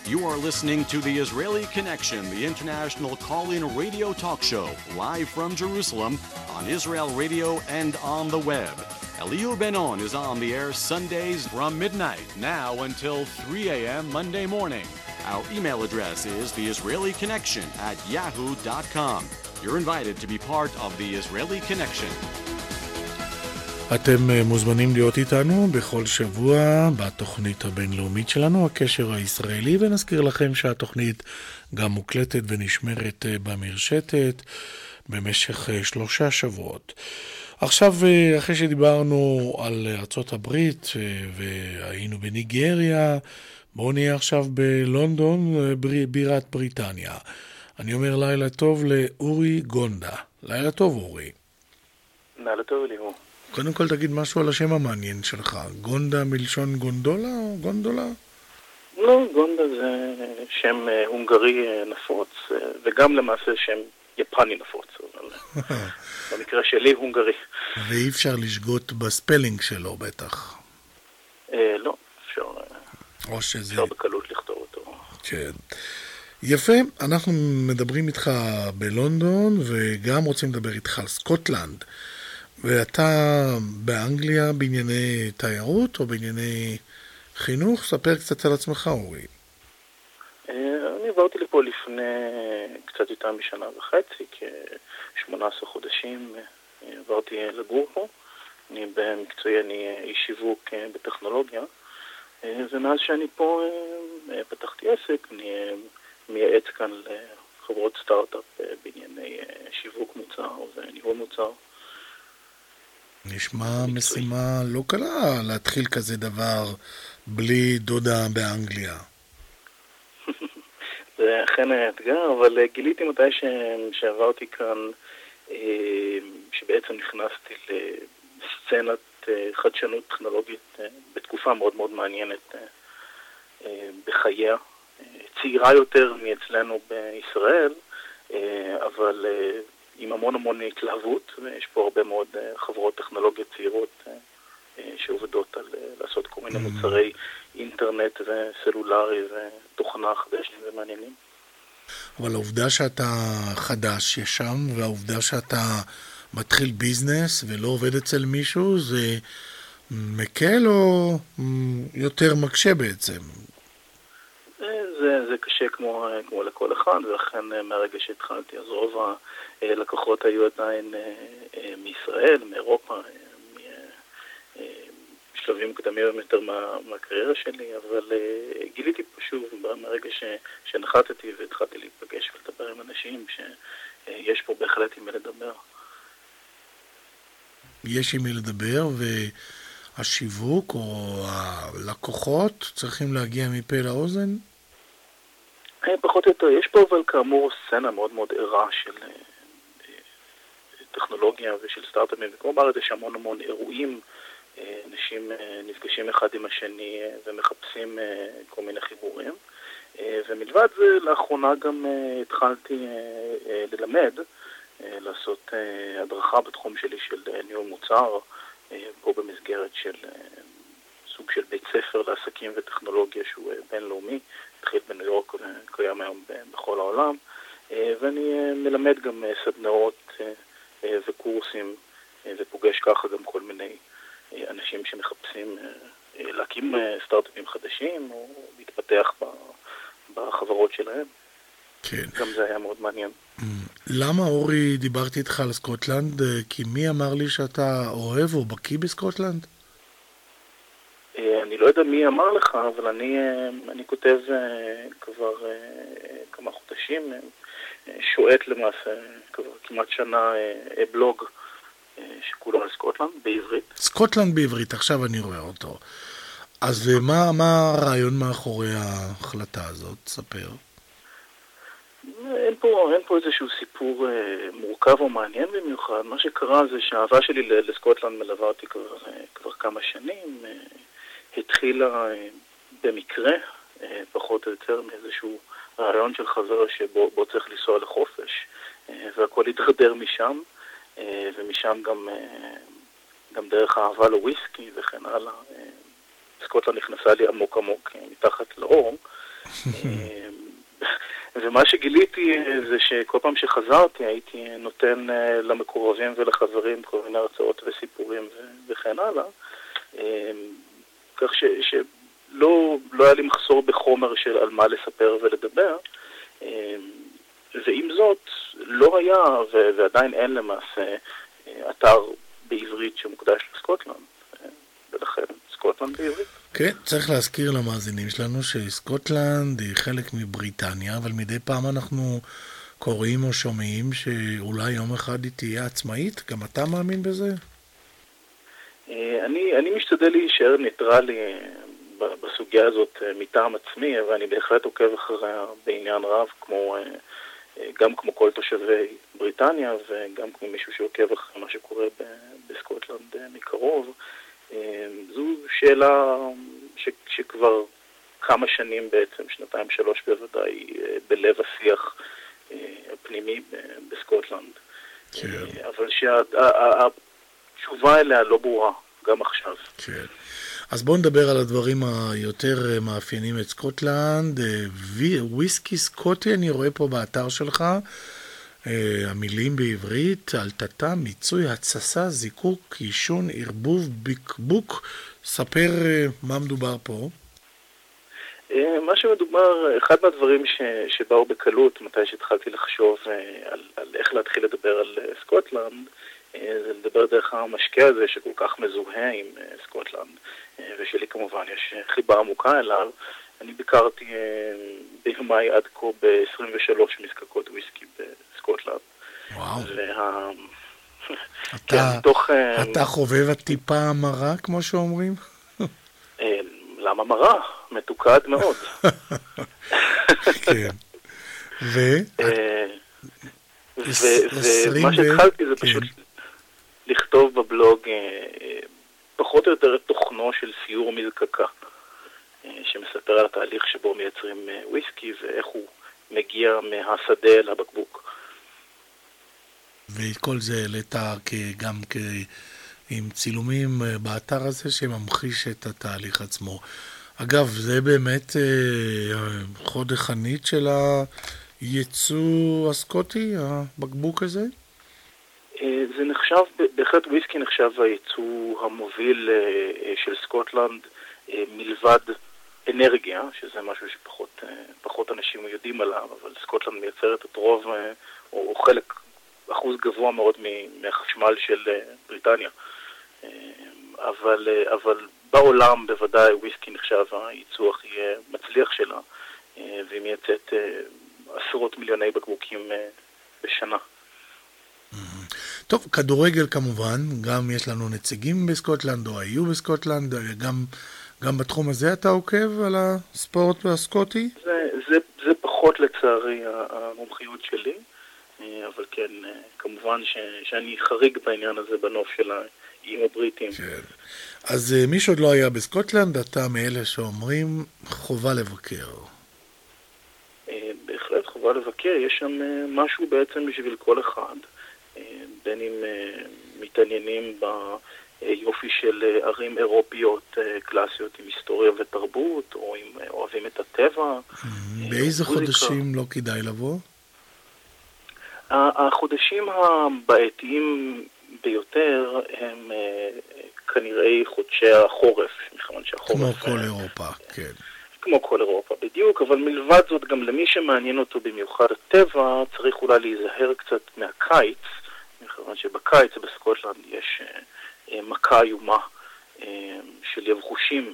You are listening to the Israeli Connection, the international call-in radio talk show, live from Jerusalem on Israel Radio and on the web. Eliyahu Ben-On is on the air Sundays from midnight, now until 3 a.m. Monday morning. Our email address is theisraeliconnection@yahoo.com. You're invited to be part of the Israeli Connection. אתם מוזמנים להיות איתנו בכל שבוע בתוכנית הבינלאומית שלנו, הקשר הישראלי, ונזכיר לכם שהתוכנית גם מוקלטת ונשמרת במרשתת במשך 3 שבועות. עכשיו, אחרי שדיברנו על ארצות הברית והיינו בניגריה, בואו נהיה עכשיו בלונדון, בירת בריטניה. אני אומר לילה טוב לאורי גונדה. לילה טוב, אורי. לילה טוב, אליהו. קודם כל תגיד משהו על השם המעניין שלך. גונדה מלשון גונדולה או גונדולה? לא, גונדה זה שם הונגרי נפוץ, וגם למעשה שם יפני נפוץ, אבל במקרה שלי הונגרי. ואי אפשר לשגות בספלינג שלו בטח. לא, אפשר בקלות לכתוב אותו. כן. יפה, אנחנו מדברים איתך בלונדון, וגם רוצים לדבר איתך על סקוטלנד. ואתה באנגליה בענייני תיירות או בענייני חינוך? ספר קצת על עצמך, אורי. אני עברתי לפה לפני קצת יותר משנה וחצי, כ-18 חודשים עברתי לגור פה. אני במקצועי, אני איש שיווק בטכנולוגיה, ומאז שאני פה פתחתי עסק, אני מייעץ כאן לחברות סטארט-אפ בענייני שיווק מוצר וניהול מוצר. נשמע משימה לא קלה להתחיל כזה דבר בלי דודה באנגליה. זה אכן האתגר, אבל גיליתי מתי שעברתי כאן, שבעצם נכנסתי לסצנת חדשנות טכנולוגית בתקופה מאוד מאוד מעניינת בחייה. צעירה יותר מאצלנו בישראל, אבל עם המון התלהבות, ויש פה הרבה מאוד חברות טכנולוגיות צעירות שעובדות על לעשות כל מיני מוצרי אינטרנט וסלולרי ותוכנה חדשים ומעניינים. אבל העובדה שאתה חדש ישם, והעובדה שאתה מתחיל ביזנס ולא עובד אצל מישהו, זה מקל או יותר מקשה בעצם? זה קשה כמו לכל אחד, ולכן מהרגע שהתחלתי, אז רוב הלקוחות היו עדיין מישראל, מאירופה, משלבים קדמים יותר מהקריירה שלי, אבל גיליתי פשוט מהרגע שנחתתי והתחלתי להיפגש ולדבר עם אנשים שיש פה בהחלט עם מי לדבר. יש עם מי לדבר, והשיווק או הלקוחות צריכים להגיע מפה לאוזן? פחות או יותר. יש פה אבל כאמור סצנה מאוד מאוד ערה של טכנולוגיה ושל סטארט-אפים, וכמו בארץ יש המון אירועים, אנשים נפגשים אחד עם השני ומחפשים כל מיני חיבורים, ומלבד זה לאחרונה גם התחלתי ללמד, לעשות הדרכה בתחום שלי של ניהול מוצר, פה במסגרת של סוג של בית ספר לעסקים וטכנולוגיה שהוא בינלאומי, התחיל בניו יורק וקיים היום בכל העולם, ואני מלמד גם סדנאות וקורסים, ופוגש ככה גם כל מיני אנשים שמחפשים להקים סטארט-אפים חדשים או להתפתח בחברות שלהם. כן. גם זה היה מאוד מעניין. למה, אורי, דיברתי איתך על סקוטלנד? כי מי אמר לי שאתה אוהב או בקיא בסקוטלנד? אני לא יודע מי אמר לך, אבל אני כותב כבר כמה חודשים, שואט למעשה, כבר כמעט שנה בלוג שכולו על סקוטלנד בעברית. סקוטלנד בעברית, עכשיו אני רואה אותו. אז מה הרעיון מאחורי ההחלטה הזאת? ספר. אין פה איזשהו סיפור מורכב או מעניין במיוחד. מה שקרה זה שהאהבה שלי לסקוטלנד מלווה אותי כבר כמה שנים. התחילה במקרה, פחות או יותר, מאיזשהו רעיון של חבר שבו צריך לנסוע לחופש, והכל התחדר משם, ומשם גם דרך האהבה לוויסקי וכן הלאה. סקוטלנד נכנסה לי עמוק מתחת לאור, ומה שגיליתי זה שכל פעם שחזרתי הייתי נותן למקורבים ולחברים כל מיני הרצאות וסיפורים וכן הלאה, כך שלא היה לי מחסור בחומר של על מה לספר ולדבר, ועם זאת לא היה ועדיין אין למעשה אתר בעברית שמוקדש לסקוטלנד, ולכן סקוטלנד בעברית. כן, צריך להזכיר למאזינים שלנו שסקוטלנד היא חלק מבריטניה, אבל מדי פעם אנחנו קוראים או שומעים שאולי יום אחד היא תהיה עצמאית. גם אתה מאמין בזה? אני משתדל להישאר ניטרלי בסוגיה הזאת מטעם עצמי, ואני בהחלט עוקב אחריה בעניין רב, גם כמו כל תושבי בריטניה, וגם כמו מישהו שעוקב אחרי מה שקורה בסקוטלנד מקרוב. זו שאלה שכבר כמה שנים בעצם, 2-3 בוודאי, בלב השיח הפנימי בסקוטלנד. כן. אבל שהתשובה אליה לא ברורה, גם עכשיו. כן. אז בואו נדבר על הדברים היותר מאפיינים את סקוטלנד. וויסקי סקוטי, אני רואה פה באתר שלך, המילים בעברית, אלטטה, מיצוי, התססה, זיקוק, עישון, ערבוב, בקבוק. ספר מה מדובר פה. מה שמדובר, אחד מהדברים שבאו בקלות, מתי שהתחלתי לחשוב על איך להתחיל לדבר על סקוטלנד, זה לדבר דרך המשקה הזה שכל כך מזוהה עם סקוטלנד, ושלי כמובן יש חיבה עמוקה אליו. אני ביקרתי ביומי עד כה ב-23 מזקקות וויסקי בסקוטלנד. וואו. אתה חובב הטיפה המרה, כמו שאומרים? למה מרה? מתוקד מאוד. כן. ומה שהתחלתי זה פשוט לכתוב בבלוג פחות או יותר את תוכנו של סיור מזקקה, שמספר על התהליך שבו מייצרים וויסקי ואיך הוא מגיע מהשדה לבקבוק. וכל זה לתאר גם עם צילומים באתר הזה שממחיש את התהליך עצמו. אגב, זה באמת חוד החנית של הייצוא הסקוטי, הבקבוק הזה? זה נחשב, בהחלט וויסקי נחשב הייצוא המוביל של סקוטלנד, מלבד אנרגיה, שזה משהו שפחות אנשים יודעים עליו, אבל סקוטלנד מייצרת את רוב, או חלק, אחוז גבוה מאוד מהחשמל של בריטניה. אבל בעולם בוודאי וויסקי נחשב הייצוא הכי מצליח שלה, והיא מייצאת עשרות מיליוני בקבוקים בשנה. טוב, כדורגל כמובן, גם יש לנו נציגים בסקוטלנד, או היו בסקוטלנד, גם בתחום הזה אתה עוקב על הספורט הסקוטי? זה פחות לצערי המומחיות שלי, אבל כן, כמובן שאני חריג בעניין הזה בנוף של האיים הבריטים. כן. אז מי שעוד לא היה בסקוטלנד, אתה מאלה שאומרים חובה לבקר. בהחלט חובה לבקר, יש שם משהו בעצם בשביל כל אחד, בין אם מתעניינים ביופי של ערים אירופיות קלאסיות עם היסטוריה ותרבות, או אם אוהבים את הטבע. באיזה חודשים לא כדאי לבוא? החודשים הבעייתיים ביותר הם כנראה חודשי החורף. כמו כל אירופה, כן. כמו כל אירופה, בדיוק, אבל מלבד זאת גם למי שמעניין אותו במיוחד הטבע, צריך אולי להיזהר קצת מהקיץ, מכיוון שבקיץ בסקוטלנד יש מכה איומה של יבחושים,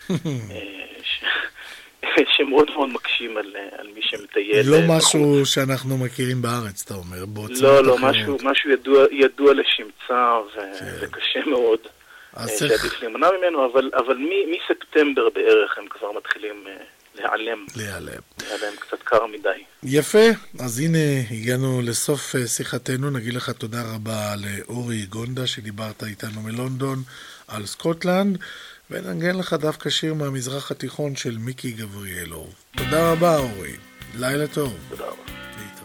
שמאוד מאוד מקשים על מי שמטייל. לא משהו שאנחנו מכירים בארץ, אתה אומר, לא, משהו ידוע לשמצה, וקשה מאוד. שעדיף להימנע ממנו, אבל מספטמבר בערך הם כבר מתחילים להיעלם קצת קר מדי. יפה, אז הנה הגענו לסוף שיחתנו, נגיד לך תודה רבה לאורי גונדה שדיברת איתנו מלונדון על סקוטלנד, ונגן לך דווקא שיר מהמזרח התיכון של מיקי גבריאלוב. תודה רבה אורי, לילה טוב. תודה רבה.